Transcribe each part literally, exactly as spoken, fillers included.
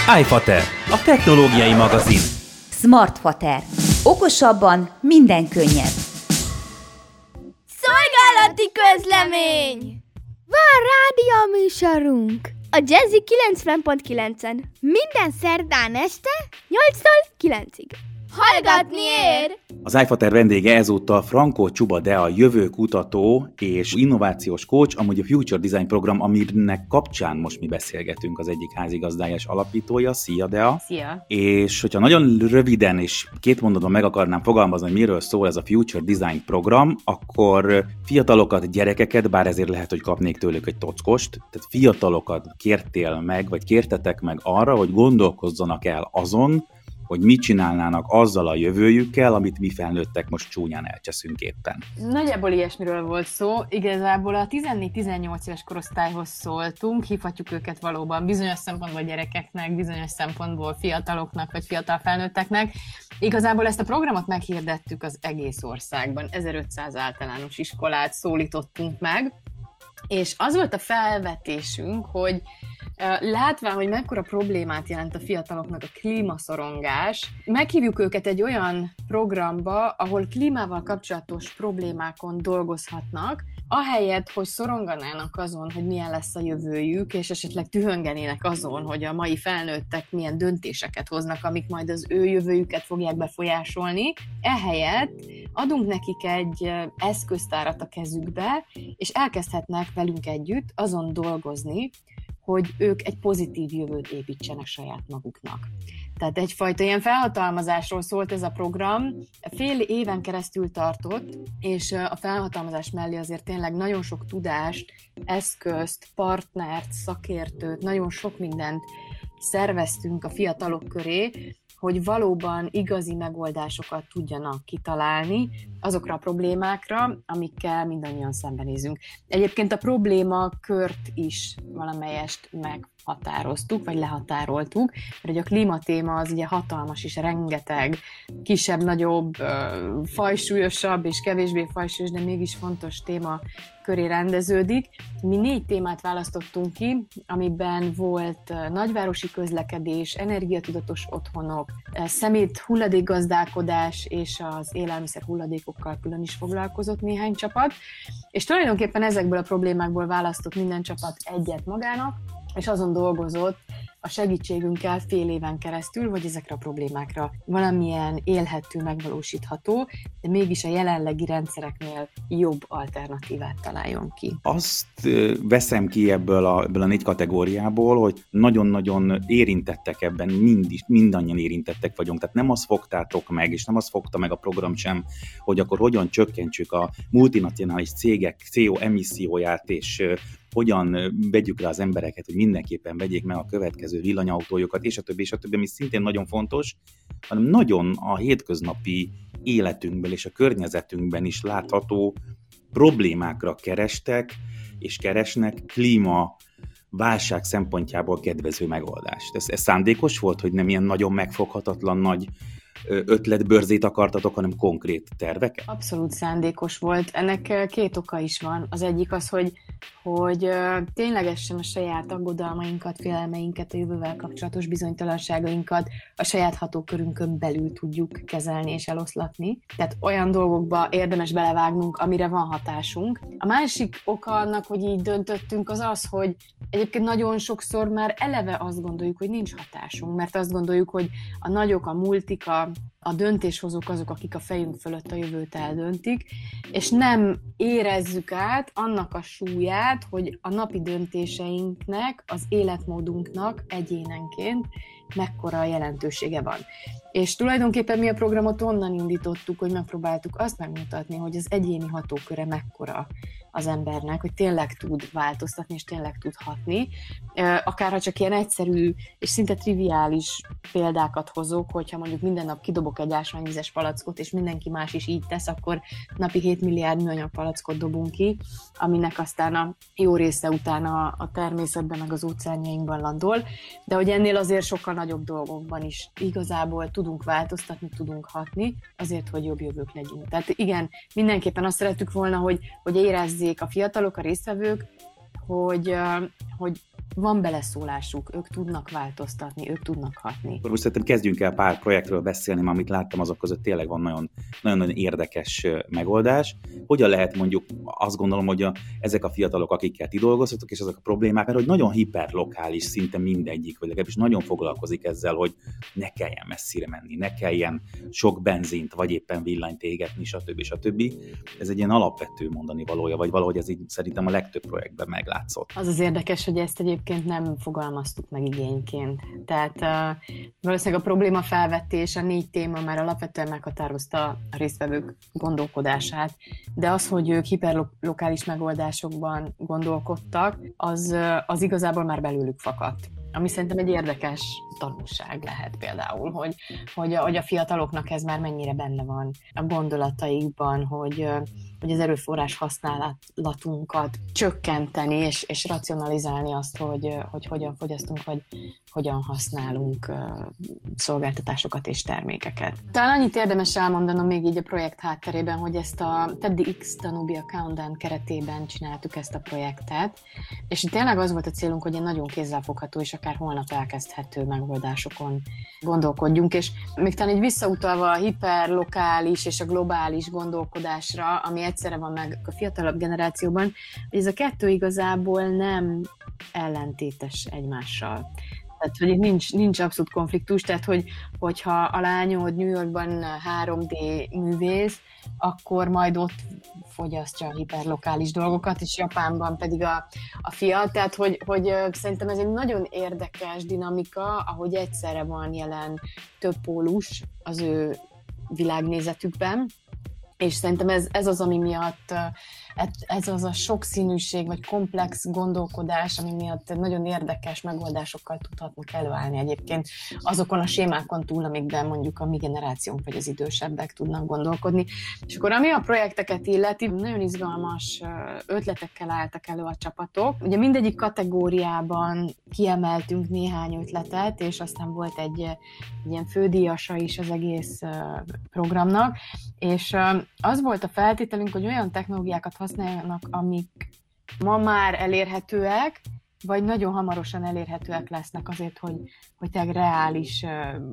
iFater, a technológiai magazin. Smartfater. Okosabban minden könnyebb. Szolgálati közlemény! Van rádió műsorunk a Jazzy kilencven pont kilencen. Minden szerdán este nyolctól kilencig. Hallgatni ér! Az iFater vendége ezúttal Frankó Csuba Dea, jövőkutató és innovációs coach, amúgy a Future Design program, aminek kapcsán most mi beszélgetünk, az egyik házigazdája és alapítója. Szia, Dea! Szia! És hogyha nagyon röviden és két mondatban meg akarnám fogalmazni, hogy miről szól ez a Future Design program, akkor fiatalokat, gyerekeket, bár ezért lehet, hogy kapnék tőlük egy tockost, tehát fiatalokat kértél meg, vagy kértetek meg arra, hogy gondolkozzanak el azon, hogy mit csinálnának azzal a jövőjükkel, amit mi felnőttek most csúnyán elcseszünk éppen. Nagyjából ilyesmiről volt szó. Igazából a tizennégy-tizennyolc éves korosztályhoz szóltunk, hívhatjuk őket valóban bizonyos szempontból gyerekeknek, bizonyos szempontból fiataloknak, vagy fiatal felnőtteknek. Igazából ezt a programot meghirdettük az egész országban, ezerötszáz általános iskolát szólítottunk meg, és az volt a felvetésünk, hogy látván, hogy mekkora problémát jelent a fiataloknak a klímaszorongás, meghívjuk őket egy olyan programba, ahol klímával kapcsolatos problémákon dolgozhatnak, ahelyett, hogy szoronganának azon, hogy milyen lesz a jövőjük, és esetleg tühöngenének azon, hogy a mai felnőttek milyen döntéseket hoznak, amik majd az ő jövőjüket fogják befolyásolni. Ehelyett adunk nekik egy eszköztárat a kezükbe, és elkezdhetnek velünk együtt azon dolgozni, hogy ők egy pozitív jövőt építsenek saját maguknak. Tehát egyfajta ilyen felhatalmazásról szólt ez a program, fél éven keresztül tartott, és a felhatalmazás mellé azért tényleg nagyon sok tudást, eszközt, partnert, szakértőt, nagyon sok mindent szerveztünk a fiatalok köré, hogy valóban igazi megoldásokat tudjanak kitalálni azokra a problémákra, amikkel mindannyian szembenézünk. Egyébként a problémakört is valamelyest meghatároztuk, vagy lehatároltuk, mert a klímatéma az ugye hatalmas és rengeteg kisebb-nagyobb, fajsúlyosabb és kevésbé fajsúlyos, de mégis fontos téma köré rendeződik. Mi négy témát választottunk ki, amiben volt nagyvárosi közlekedés, energiatudatos otthonok, szemét hulladékgazdálkodás és az élelmiszer hulladékokkal külön is foglalkozott néhány csapat, és tulajdonképpen ezekből a problémákból választott minden csapat egyet magának, és azon dolgozott a segítségünkkel fél éven keresztül, hogy ezekre a problémákra valamilyen élhető, megvalósítható, de mégis a jelenlegi rendszereknél jobb alternatívát találjon ki. Azt veszem ki ebből a, ebből a négy kategóriából, hogy nagyon-nagyon érintettek ebben, mind is, mindannyian érintettek vagyunk, tehát nem azt fogtátok meg, és nem azt fogta meg a program sem, hogy akkor hogyan csökkentsük a multinacionális cégek cé o emisszióját, és hogyan vegyük rá az embereket, hogy mindenképpen vegyék meg a következő villanyautójukat, és a többi, és a többi, ami szintén nagyon fontos, hanem nagyon a hétköznapi életünkben és a környezetünkben is látható problémákra kerestek, és keresnek klíma válság szempontjából kedvező megoldást. Ez, ez szándékos volt, hogy nem ilyen nagyon megfoghatatlan nagy ötletbörzét akartatok, hanem konkrét terveket? Abszolút szándékos volt. Ennek két oka is van. Az egyik az, hogy, hogy ténylegesen a saját aggodalmainkat, félelmeinket, a jövővel kapcsolatos bizonytalanságainkat a saját hatókörünkön belül tudjuk kezelni és eloszlatni. Tehát olyan dolgokba érdemes belevágnunk, amire van hatásunk. A másik oka annak, hogy így döntöttünk, az az, hogy egyébként nagyon sokszor már eleve azt gondoljuk, hogy nincs hatásunk, mert azt gondoljuk, hogy a nagyok, a multik, a a döntéshozók azok, akik a fejünk fölött a jövőt eldöntik, és nem érezzük át annak a súlyát, hogy a napi döntéseinknek, az életmódunknak egyénenként mekkora a jelentősége van. És tulajdonképpen mi a programot onnan indítottuk, hogy megpróbáltuk azt megmutatni, hogy az egyéni hatóköre mekkora az embernek, hogy tényleg tud változtatni, és tényleg tud hatni. Akár ha csak ilyen egyszerű és szinte triviális példákat hozok, hogyha mondjuk minden nap kidobok egy ásványvizes palackot, és mindenki más is így tesz, akkor napi hét milliárd műanyag palackot dobunk ki, aminek aztán a jó része utána a természetben, meg az óceánjainkban landol. De hogy ennél azért sokkal nagyobb dolgokban is igazából tudunk változtatni, tudunk hatni, azért, hogy jobb jövők legyünk. Tehát igen, mindenképpen azt szerettük volna, hogy, hogy érezzék a fiatalok, a résztvevők, hogy, hogy van beleszólásuk, ők tudnak változtatni, ők tudnak hatni. Most szerintem kezdjünk el pár projektről beszélni, amit láttam, azok között tényleg van nagyon, nagyon érdekes megoldás. Hogyan lehet mondjuk, azt gondolom, hogy a, ezek a fiatalok, akikkel ti dolgoztatok, és ezek a problémák, mert hogy nagyon hiperlokális szinte mindegyik, vagy legalábbis nagyon foglalkozik ezzel, hogy ne kelljen messzire menni, ne kelljen sok benzint, vagy éppen villanyt égetni, stb. stb. Ez egy ilyen alapvető mondani valója, vagy valahogy ez így szerintem a legtöbb projektben meglátszott. Az az érdekes, hogy ezt egyébként nem fogalmaztuk meg igényként. Tehát uh, valószínűleg a probléma felvetés, a négy téma már alapvetően meghatározta a résztvevők gondolkodását, de az, hogy ők hiperlokális megoldásokban gondolkodtak, az, az igazából már belőlük fakadt. Ami szerintem egy érdekes tanulság lehet például, hogy, hogy, a, hogy a fiataloknak ez már mennyire benne van a gondolataikban, hogy, hogy az erőforrás használatunkat csökkenteni és, és racionalizálni azt, hogy, hogy hogyan fogyasztunk, vagy hogyan használunk uh, szolgáltatásokat és termékeket. Talán annyit érdemes elmondanom még így a projekt hátterében, hogy ezt a TEDx Danubia Countdown keretében csináltuk ezt a projektet, és tényleg az volt a célunk, hogy egy nagyon kézzelfogható és akár holnap elkezdhető megoldásokon gondolkodjunk, és még talán így visszautalva a hiperlokális és a globális gondolkodásra, ami egyszerre van meg a fiatalabb generációban, hogy ez a kettő igazából nem ellentétes egymással. Tehát, hogy nincs, nincs abszolút konfliktus, tehát, hogy, hogyha a lányod New Yorkban három dé művész, akkor majd ott fogyasztja a hiperlokális dolgokat, és Japánban pedig a, a fia. Tehát, hogy, hogy szerintem ez egy nagyon érdekes dinamika, ahogy egyszerre van jelen több pólus az ő világnézetükben, és szerintem ez, ez az, ami miatt ez az a sokszínűség, vagy komplex gondolkodás, ami miatt nagyon érdekes megoldásokkal tudhatnak előállni egyébként azokon a sémákon túl, amikben mondjuk a mi generációnk, vagy az idősebbek tudnak gondolkodni. És akkor ami a projekteket illeti, nagyon izgalmas ötletekkel álltak elő a csapatok. Ugye mindegyik kategóriában kiemeltünk néhány ötletet, és aztán volt egy, egy ilyen fődíjasa is az egész programnak, és az volt a feltételünk, hogy olyan technológiákat használjanak, amik ma már elérhetőek, vagy nagyon hamarosan elérhetőek lesznek azért, hogy, hogy tényleg reális,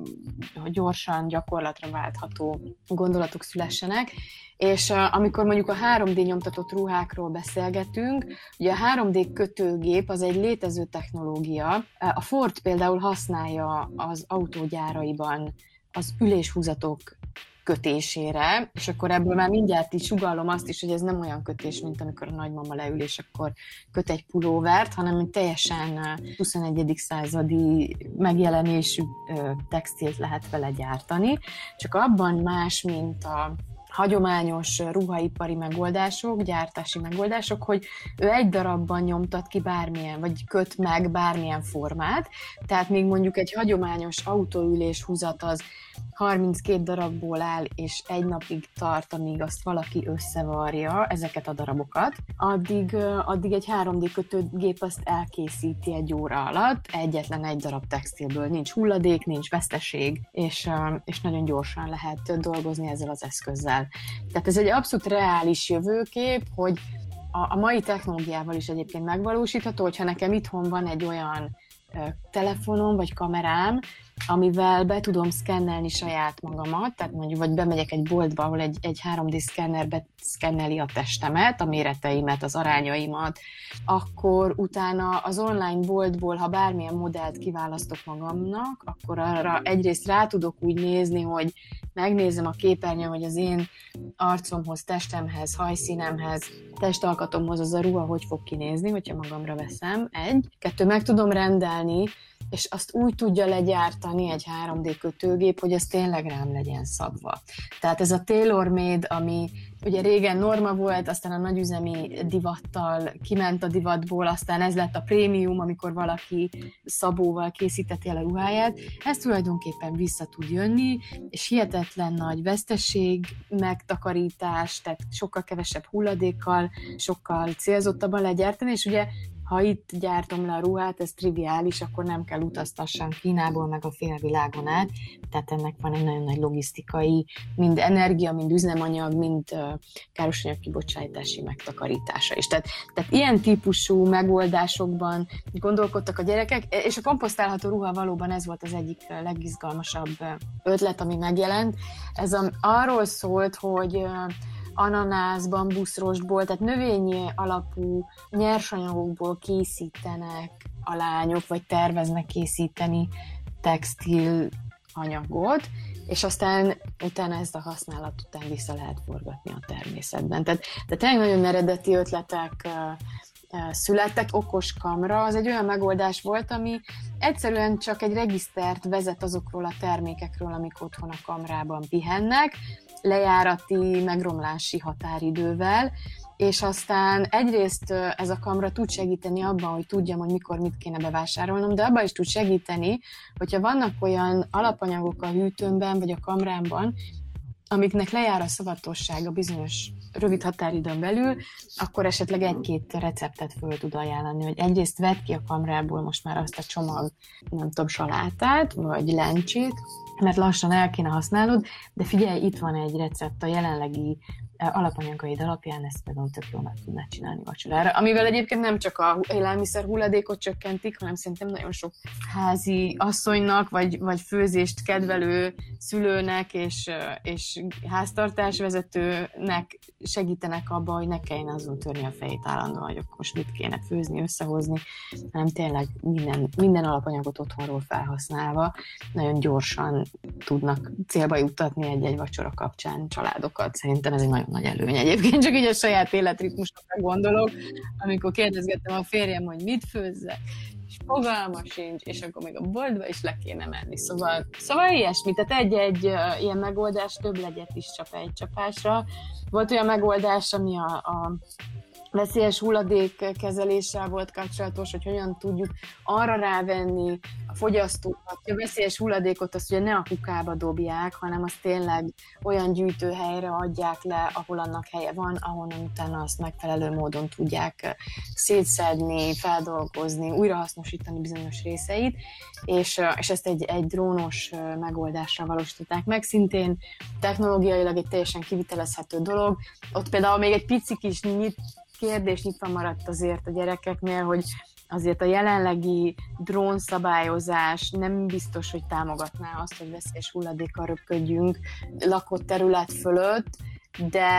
hogy gyorsan gyakorlatra váltható gondolatok szülessenek. És amikor mondjuk a három dé nyomtatott ruhákról beszélgetünk, ugye a három dé kötőgép az egy létező technológia. A Ford például használja az autógyáraiban az üléshúzatok kötésére, és akkor ebből már mindjárt így sugallom azt is, hogy ez nem olyan kötés, mint amikor a nagymama leül, és akkor köt egy pulóvert, hanem egy teljesen huszonegyedik századi megjelenésű textilt lehet vele gyártani, csak abban más, mint a hagyományos ruhaipari megoldások, gyártási megoldások, hogy ő egy darabban nyomtat ki bármilyen, vagy köt meg bármilyen formát, tehát még mondjuk egy hagyományos autóülés húzat az harminckét darabból áll, és egy napig tart, amíg azt valaki összevarja ezeket a darabokat, addig, addig egy három dé kötőgép azt elkészíti egy óra alatt, egyetlen egy darab textilből, nincs hulladék, nincs veszteség, és, és nagyon gyorsan lehet dolgozni ezzel az eszközzel. Tehát ez egy abszolút reális jövőkép, hogy a, a mai technológiával is egyébként megvalósítható, hogyha nekem itthon van egy olyan telefonom vagy kamerám, amivel be tudom szkennelni saját magamat, tehát mondjuk, vagy bemegyek egy boltba, ahol egy, egy három dé szkenner beszkenneli a testemet, a méreteimet, az arányaimat, akkor utána az online boltból, ha bármilyen modellt kiválasztok magamnak, akkor arra egyrészt rá tudok úgy nézni, hogy megnézem a képernyőn, hogy az én arcomhoz, testemhez, hajszínemhez, testalkatomhoz az a ruha hogy fog kinézni, hogyha magamra veszem, egy. Kettő, meg tudom rendelni, és azt úgy tudja legyártani egy három dé kötőgép, hogy az tényleg rám legyen szabva. Tehát ez a tailor-made, ami ugye régen norma volt, aztán a nagyüzemi divattal kiment a divatból, aztán ez lett a prémium, amikor valaki szabóval készíteti el a ruháját. Ez tulajdonképpen vissza tud jönni, és hihetetlen nagy veszteség, megtakarítás, tehát sokkal kevesebb hulladékkal, sokkal célzottabban legyártani, és ugye ha itt gyártom le a ruhát, ez triviális, akkor nem kell utaztassam Kínából, meg a félvilágon át, tehát ennek van egy nagyon nagy logisztikai, mind energia, mind üzemanyag, mind károsanyag kibocsátási megtakarítása is. Tehát, tehát ilyen típusú megoldásokban gondolkodtak a gyerekek, és a komposztálható ruha valóban ez volt az egyik legizgalmasabb ötlet, ami megjelent. Ez a, arról szólt, hogy ananász, bambuszrostból, tehát növényi alapú nyersanyagokból készítenek a lányok, vagy terveznek készíteni textil anyagot, és aztán utána ezt a használat után vissza lehet forgatni a természetben. Tehát, tehát tényleg nagyon eredeti ötletek uh, születtek. Okos kamra az egy olyan megoldás volt, ami egyszerűen csak egy regisztert vezet azokról a termékekről, amik otthon a kamrában pihennek, lejárati, megromlási határidővel, és aztán egyrészt ez a kamra tud segíteni abban, hogy tudjam, hogy mikor mit kéne bevásárolnom, de abban is tud segíteni, hogyha vannak olyan alapanyagok a hűtőmben vagy a kamrámban, amiknek lejár a szavatossága bizonyos rövid határidőn belül, akkor esetleg egy-két receptet föl tud ajánlani, hogy egyrészt vedd ki a kamrából most már azt a csomag, nem tudom, salátát, vagy lencsét, mert lassan el kéne használod, de figyelj, itt van egy recept a jelenlegi alapanyagaid alapján, ezt például tök jól meg tudnád csinálni vacsorára, amivel egyébként nem csak a élelmiszer hulladékot csökkentik, hanem szerintem nagyon sok házi asszonynak, vagy, vagy főzést kedvelő szülőnek és, és háztartásvezetőnek segítenek abba, hogy ne kelljen azon törni a fejét állandóan, hogy akkor most mit kéne főzni, összehozni, hanem tényleg minden, minden alapanyagot otthonról felhasználva nagyon gyorsan tudnak célba juttatni egy-egy vacsora kapcsán családokat. Szerintem ez egy nagyon nagy előny egyébként, csak így a saját életritmusokra gondolok, amikor kérdezgettem a férjem, hogy mit főzzek, és fogalma sincs, és akkor még a boltba is le kéne menni. Szóval, szóval ilyesmi, tehát egy-egy uh, ilyen megoldás több legyet is csap egy csapásra. Volt olyan megoldás, ami a, a veszélyes hulladék kezeléssel volt kapcsolatos, hogy hogyan tudjuk arra rávenni a fogyasztókat, hogy a veszélyes hulladékot azt ugye ne a kukába dobják, hanem azt tényleg olyan gyűjtőhelyre adják le, ahol annak helye van, ahonnan utána azt megfelelő módon tudják szétszedni, feldolgozni, újrahasznosítani bizonyos részeit, és, és ezt egy, egy drónos megoldásra valósították meg, szintén technológiailag egy teljesen kivitelezhető dolog. Ott például még egy pici kis nyit, kérdés nyitva maradt azért a gyerekeknél, hogy azért a jelenlegi drónszabályozás nem biztos, hogy támogatná azt, hogy veszélyes hulladékkal röpködjünk lakott terület fölött, de,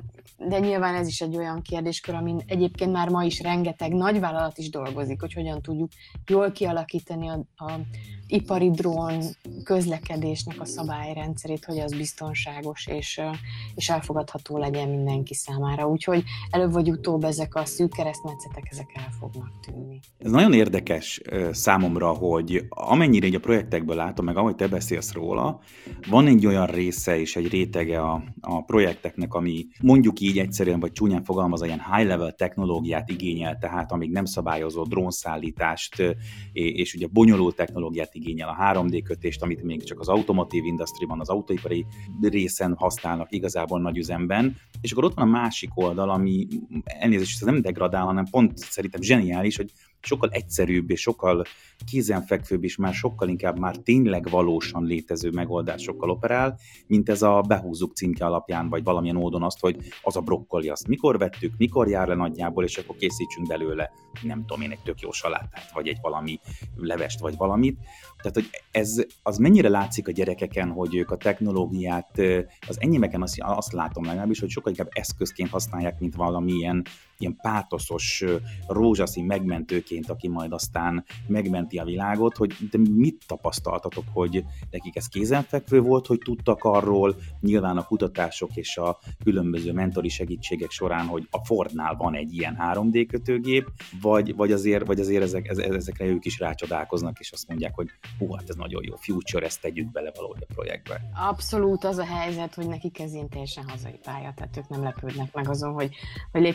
de nyilván ez is egy olyan kérdéskör, amin egyébként már ma is rengeteg nagyvállalat is dolgozik, hogy hogyan tudjuk jól kialakítani a, a ipari drón közlekedésnek a szabályrendszerét, hogy az biztonságos és, és elfogadható legyen mindenki számára. Úgyhogy előbb vagy utóbb ezek a szűk keresztmetszetek, ezek el fognak tűnni. Ez nagyon érdekes számomra, hogy amennyire így a projektekből látom, meg ahogy te beszélsz róla, van egy olyan része és egy rétege a, a projekteknek, ami mondjuk így egyszerűen vagy csúnyán fogalmazva ilyen high-level technológiát igényel, tehát amíg nem szabályozó drónszállítást és ugye bonyolult technológiát igényel, a három dé kötést, amit még csak az automotive industryban, az autóipari részen használnak igazából nagy üzemben, és akkor ott van a másik oldal, ami elnézést, ez nem degradál, hanem pont szerintem zseniális, hogy sokkal egyszerűbb és sokkal kézenfekvőbb és már sokkal inkább már tényleg valósan létező megoldásokkal operál, mint ez a behúzzuk címke alapján, vagy valamilyen módon azt, hogy az a brokkoli, azt mikor vettük, mikor jár le nagyjából, és akkor készítsünk belőle, nem tudom én, egy tök jó salátát, vagy egy valami levest, vagy valamit. Tehát, hogy ez az mennyire látszik a gyerekeken, hogy ők a technológiát, az enyémeken azt, azt látom legalábbis, hogy sokkal inkább eszközként használják, mint valamilyen ilyen pátoszos rózsaszín megmentőként, aki majd aztán megmenti a világot, hogy de mit tapasztaltatok, hogy nekik ez kézenfekvő volt, hogy tudtak arról, nyilván a kutatások és a különböző mentori segítségek során, hogy a Fordnál van egy ilyen három dé kötőgép, vagy, vagy azért, vagy azért ezek, ezekre ők is rácsodálkoznak, és azt mondják, hogy hú, hát ez nagyon jó, future, ezt tegyük bele valahogy a projektbe. Abszolút az a helyzet, hogy nekik ez ilyen teljesen hazai pálya, tehát ők nem lepődnek meg azon, hogy, hogy létezik ilyen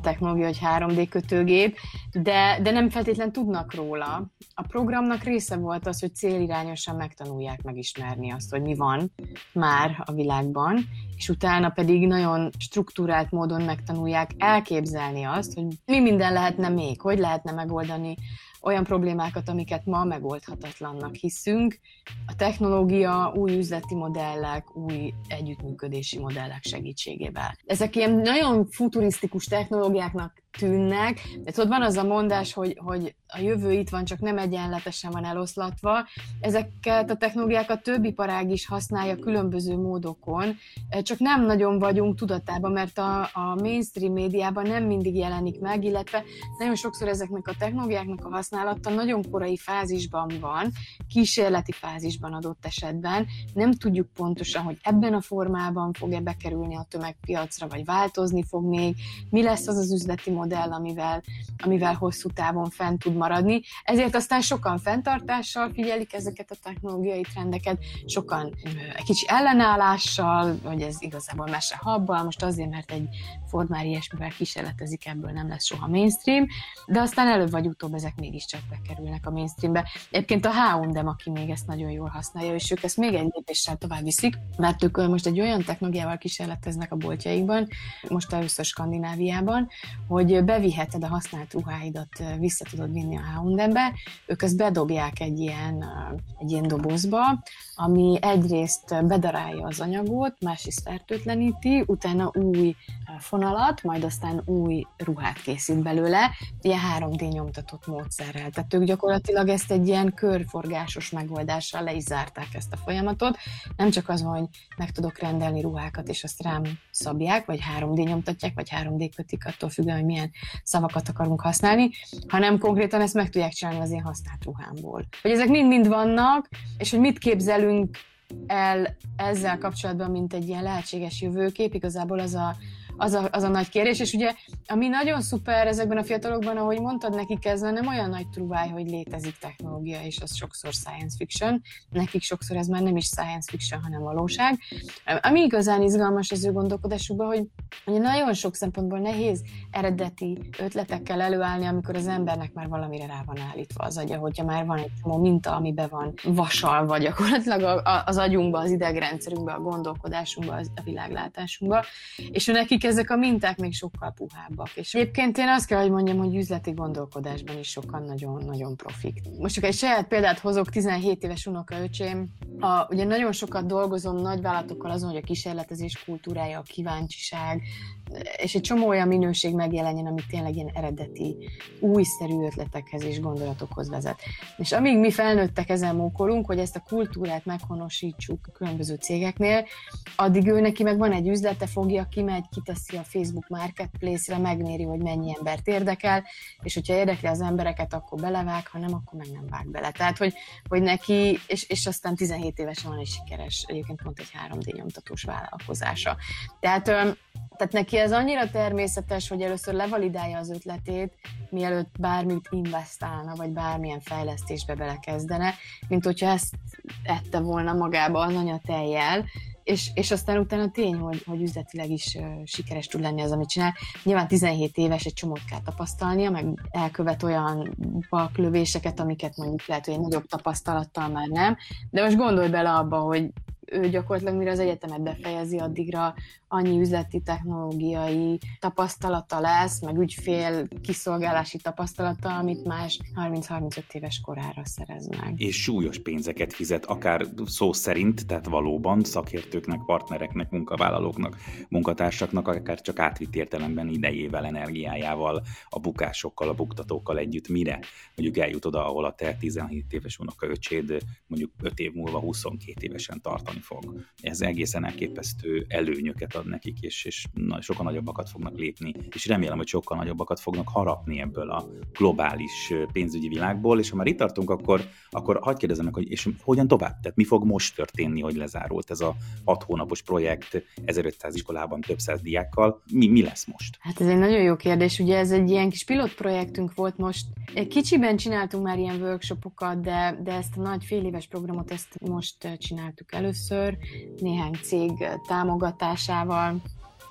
technológia, hogy három dé kötőgép, de, de nem feltétlen tudnak róla. A programnak része volt az, hogy célirányosan megtanulják megismerni azt, hogy mi van már a világban, és utána pedig nagyon strukturált módon megtanulják elképzelni azt, hogy mi minden lehetne még, hogy lehetne megoldani olyan problémákat, amiket ma megoldhatatlannak hiszünk. A technológia új üzleti modellek, új együttműködési modellek segítségével. Ezek ilyen nagyon futurisztikus technológiáknak tűnnek, de tudod, van az a mondás, hogy, hogy a jövő itt van, csak nem egyenletesen van eloszlatva. Ezeket a technológiákat több iparág is használja különböző módokon, csak nem nagyon vagyunk tudatában, mert a, a mainstream médiában nem mindig jelenik meg, illetve nagyon sokszor ezeknek a technológiáknak a használata nagyon korai fázisban van, kísérleti fázisban adott esetben. Nem tudjuk pontosan, hogy ebben a formában fog-e bekerülni a tömegpiacra, vagy változni fog még, mi lesz az az üzleti modell, amivel, amivel hosszú távon fent tud maradni. Ezért aztán sokan fenntartással figyelik ezeket a technológiai trendeket, sokan egy kicsi ellenállással, hogy ez igazából mese habbal, most azért, mert egy Ford már ilyesmivel kísérletezik, ebből nem lesz soha mainstream, de aztán előbb vagy utóbb ezek mégiscsak bekerülnek a mainstreambe. Egyébként a há és em, aki még ezt nagyon jól használja, és ők ezt még egy lépéssel tovább viszik, mert ők most egy olyan technológiával kísérleteznek a boltjaikban, most először Skandináviában, hogy beviheted a használt ruháidat, vissza tudod vinni a há és embe, ők ezt bedobják egy ilyen, egy ilyen dobozba, ami egyrészt bedarálja az anyagot, másrészt fertőtleníti, utána új fonalat, majd aztán új ruhát készít belőle, ilyen három dé nyomtatott módszerrel. Tehát ők gyakorlatilag ezt egy ilyen körforgásos megoldással le is zárták ezt a folyamatot. Nem csak az, hogy meg tudok rendelni ruhákat, és azt rám szabják, vagy három dé nyomtatják, vagy három dé kötik, attól függően, hogy milyen szavakat akarunk használni, hanem konkrétan ezt meg tudják csinálni az én használt ruhámból. Hogy ezek mind-mind vannak, és hogy mit képzelünk el ezzel kapcsolatban, mint egy ilyen lehetséges jövőkép, igazából az a, az a, az a nagy kérdés, és ugye ami nagyon szuper ezekben a fiatalokban, ahogy mondtad, nekik ez nem olyan nagy truváj, hogy létezik technológia, és az sokszor science fiction, nekik sokszor ez már nem is science fiction, hanem valóság. Ami igazán izgalmas az ő gondolkodásukban, hogy ugye nagyon sok szempontból nehéz eredeti ötletekkel előállni, amikor az embernek már valamire rá van állítva az agya, hogyha már van egy csomó minta, amiben van vasalva gyakorlatilag az agyunkba, az idegrendszerünkbe, a gondolkodásunkba, a világlátásunkba, és nekik ezek a minták még sokkal puhábbak. És egyébként én azt kell, hogy mondjam, hogy üzleti gondolkodásban is sokan nagyon-nagyon profik. Most csak egy saját példát hozok, tizenhét éves unokaöcsém. A, ugye nagyon sokat dolgozom nagyvállalatokkal azon, hogy a kísérletezés kultúrája, a kíváncsiság, és egy csomó olyan minőség megjelenjen, ami tényleg ilyen eredeti, újszerű ötletekhez és gondolatokhoz vezet. És amíg mi felnőttek ezen mókolunk, hogy ezt a kultúrát meghonosítsuk a különböző cégeknél, addig ő neki meg van egy üzlete, fogja, kimegy, kiteszi a Facebook Marketplace-re, megméri, hogy mennyi embert érdekel, és hogyha érdekli az embereket, akkor belevág, ha nem, akkor meg nem vág bele. Tehát, hogy, hogy neki, és, és aztán tizenhét évesen van egy sikeres, egyébként pont egy három dé nyomtatós vállalkozása. Tehát Tehát neki ez annyira természetes, hogy először levalidálja az ötletét, mielőtt bármit investálna, vagy bármilyen fejlesztésbe belekezdene, mint hogyha ezt ette volna magába az anyatejjel, és, és aztán utána tény, hogy, hogy üzletileg is uh, sikeres tud lenni az, amit csinál. Nyilván tizenhét éves, egy csomót kell tapasztalnia, meg elkövet olyan baklövéseket, amiket mondjuk lehet, hogy egy nagyobb tapasztalattal már nem, de most gondolj bele abba, hogy ő gyakorlatilag mire az egyetemet befejezi, addigra annyi üzleti, technológiai tapasztalata lesz, meg ügyfél kiszolgálási tapasztalata, amit más harminc-harmincöt éves korára szerez meg. És súlyos pénzeket fizet, akár szó szerint, tehát valóban szakértőknek, partnereknek, munkavállalóknak, munkatársaknak, akár csak átvitt értelemben idejével, energiájával, a bukásokkal, a buktatókkal együtt, mire mondjuk eljut oda, ahol a te tizenhét éves unokaöcséd mondjuk öt év múlva huszonkét évesen tartani fog. Ez egészen elképesztő előnyöket ad nekik, és, és na, sokkal nagyobbakat fognak lépni, és remélem, hogy sokkal nagyobbakat fognak harapni ebből a globális pénzügyi világból, és ha már itt tartunk, akkor, akkor hadd kérdezem meg, hogy és hogyan tovább? Tehát mi fog most történni, hogy lezárult ez a hat hónapos projekt ezerötszáz iskolában több száz diákkal? Mi, mi lesz most? Hát ez egy nagyon jó kérdés, ugye ez egy ilyen kis pilotprojektünk volt most. Kicsiben csináltunk már ilyen workshopokat, de, de ezt a nagy fél éves programot ezt most csináltuk először, néhány cég támogatásával,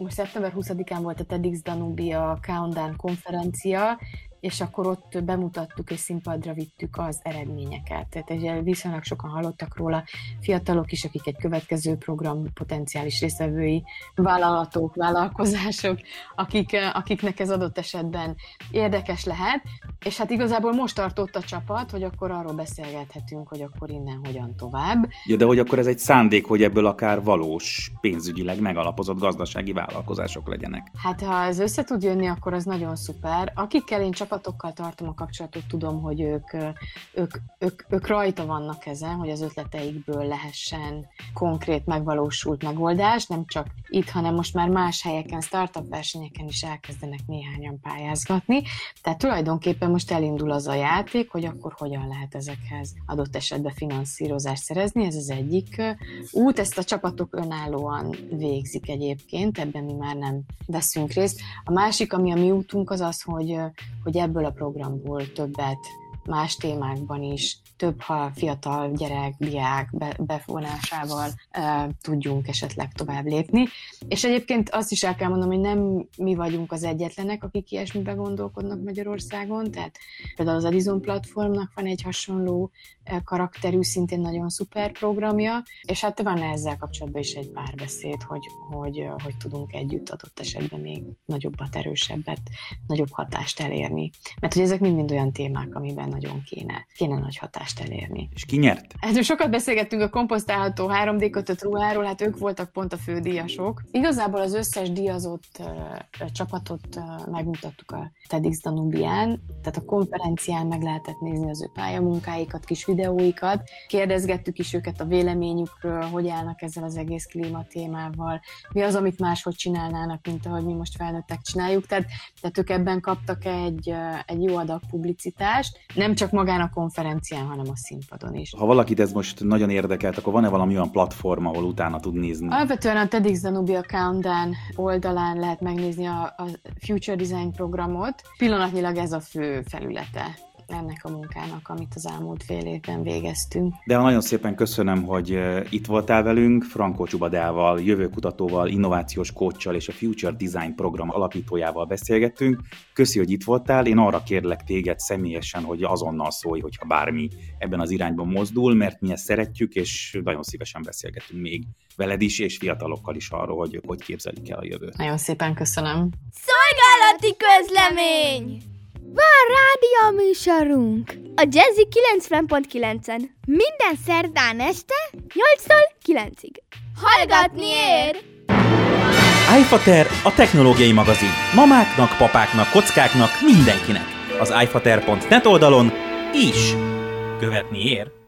most szeptember huszadikán volt a TEDx Danubia Countdown konferencia, és akkor ott bemutattuk és színpadra vittük az eredményeket. Tehát viszonylag sokan hallottak róla, fiatalok is, akik egy következő program potenciális résztvevői, vállalatok, vállalkozások, akik, akiknek ez adott esetben érdekes lehet, és hát igazából most tartott a csapat, hogy akkor arról beszélgethetünk, hogy akkor innen hogyan tovább. Ja, de hogy akkor ez egy szándék, hogy ebből akár valós, pénzügyileg megalapozott gazdasági vállalkozások legyenek. Hát ha ez össze tud jönni, akkor az nagyon szuper. Akikkel én csapatokkal tartom a kapcsolatot, tudom, hogy ők, ők, ők, ők rajta vannak ezen, hogy az ötleteikből lehessen konkrét, megvalósult megoldás, nem csak itt, hanem most már más helyeken, startup versenyeken is elkezdenek néhányan pályázgatni. Tehát tulajdonképpen most elindul az a játék, hogy akkor hogyan lehet ezekhez adott esetben finanszírozást szerezni. Ez az egyik út, ezt a csapatok önállóan végzik egyébként, ebben mi már nem veszünk részt. A másik, ami a mi útunk, az az, hogy, hogy ebből a programból többet más témákban is, több ha fiatal gyerek, diák be, bevonásával e, tudjunk esetleg tovább lépni. És egyébként azt is el kell mondanom, hogy nem mi vagyunk az egyetlenek, akik ilyesmibe gondolkodnak Magyarországon, tehát például az Edison platformnak van egy hasonló e, karakterű, szintén nagyon szuper programja, és hát van ezzel kapcsolatban is egy párbeszéd, hogy, hogy, hogy tudunk együtt adott esetben még nagyobbat, erősebbet, nagyobb hatást elérni. Mert hogy ezek mind-mind olyan témák, amiben nagyon kéne, kéne nagy hatást elérni. És ki nyert? Hát sokat beszélgettünk a komposztálható három dé kötött ruháról, hát ők voltak pont a fődíjasok. Igazából az összes díjazott uh, csapatot uh, megmutattuk a TEDx Danubián, tehát a konferencián meg lehetett nézni az ő pályamunkáikat, kis videóikat. Kérdezgettük is őket a véleményükről, hogy állnak ezzel az egész klímatémával, mi az, amit máshogy csinálnának, mint ahogy mi most felnőttek csináljuk. Tehát, tehát ők ebben kaptak egy, uh, egy jó adag publicitást, nem csak magán a konferencián, hanem a színpadon is. Ha valakit ez most nagyon érdekelt, akkor van-e valami olyan platform, ahol utána tud nézni? Alapvetően a TEDx Danubia Countdown oldalán lehet megnézni a, a Future Design programot. Pillanatnyilag ez a fő felülete ennek a munkának, amit az elmúlt fél évben végeztünk. De nagyon szépen köszönöm, hogy itt voltál velünk, Frankó Csubadával, jövőkutatóval, innovációs coachal és a Future Design program alapítójával beszélgettünk. Köszi, hogy itt voltál. Én arra kérlek téged személyesen, hogy azonnal szólj, hogyha bármi ebben az irányban mozdul, mert mi ezt szeretjük, és nagyon szívesen beszélgetünk még veled is, és fiatalokkal is arról, hogy hogy képzelik el a jövőt. Nagyon szépen köszönöm. Szolgálati közlemény! Van rádió műsorunk! A Jazzy kilencven pont kilencen minden szerdán este nyolctól kilencig. Hallgatni ér! iFater, a technológiai magazin. Mamáknak, papáknak, kockáknak, mindenkinek. Az iFater pont net oldalon is követni ér.